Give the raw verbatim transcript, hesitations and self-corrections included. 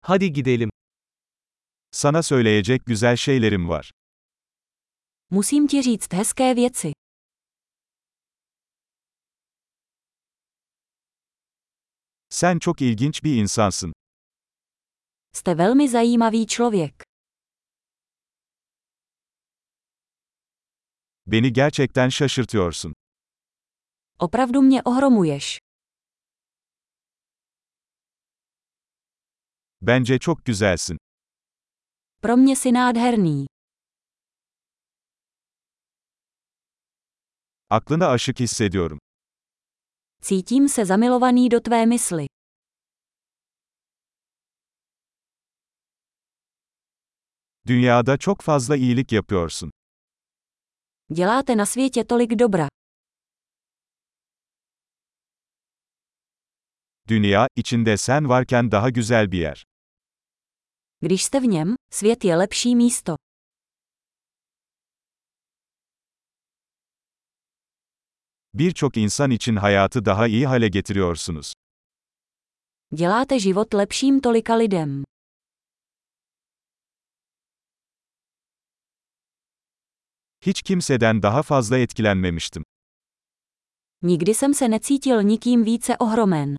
Hadi gidelim. Sana söyleyecek güzel şeylerim var. Musím ti říct hezké věci. Sen çok ilginç bir insansın. Jste velmi zajímavý člověk. Beni gerçekten şaşırtıyorsun. Opravdu mě ohromuješ. Bence çok güzelsin. Pro mě si nádherný. Aklına aşık hissediyorum. Cítím se zamilovaný do tvé mysli. Dünyada çok fazla iyilik yapıyorsun. Děláte na světě tolik dobra. Dünya, içinde sen varken daha güzel bir yer. Když jste v něm, svět je lepší místo. Birçok insan için hayatı daha iyi hale getiriyorsunuz. Děláte život lepším tolika lidem. Hiç kimseden daha fazla etkilenmemiştim. Nikdy jsem se necítil nikým více ohromen.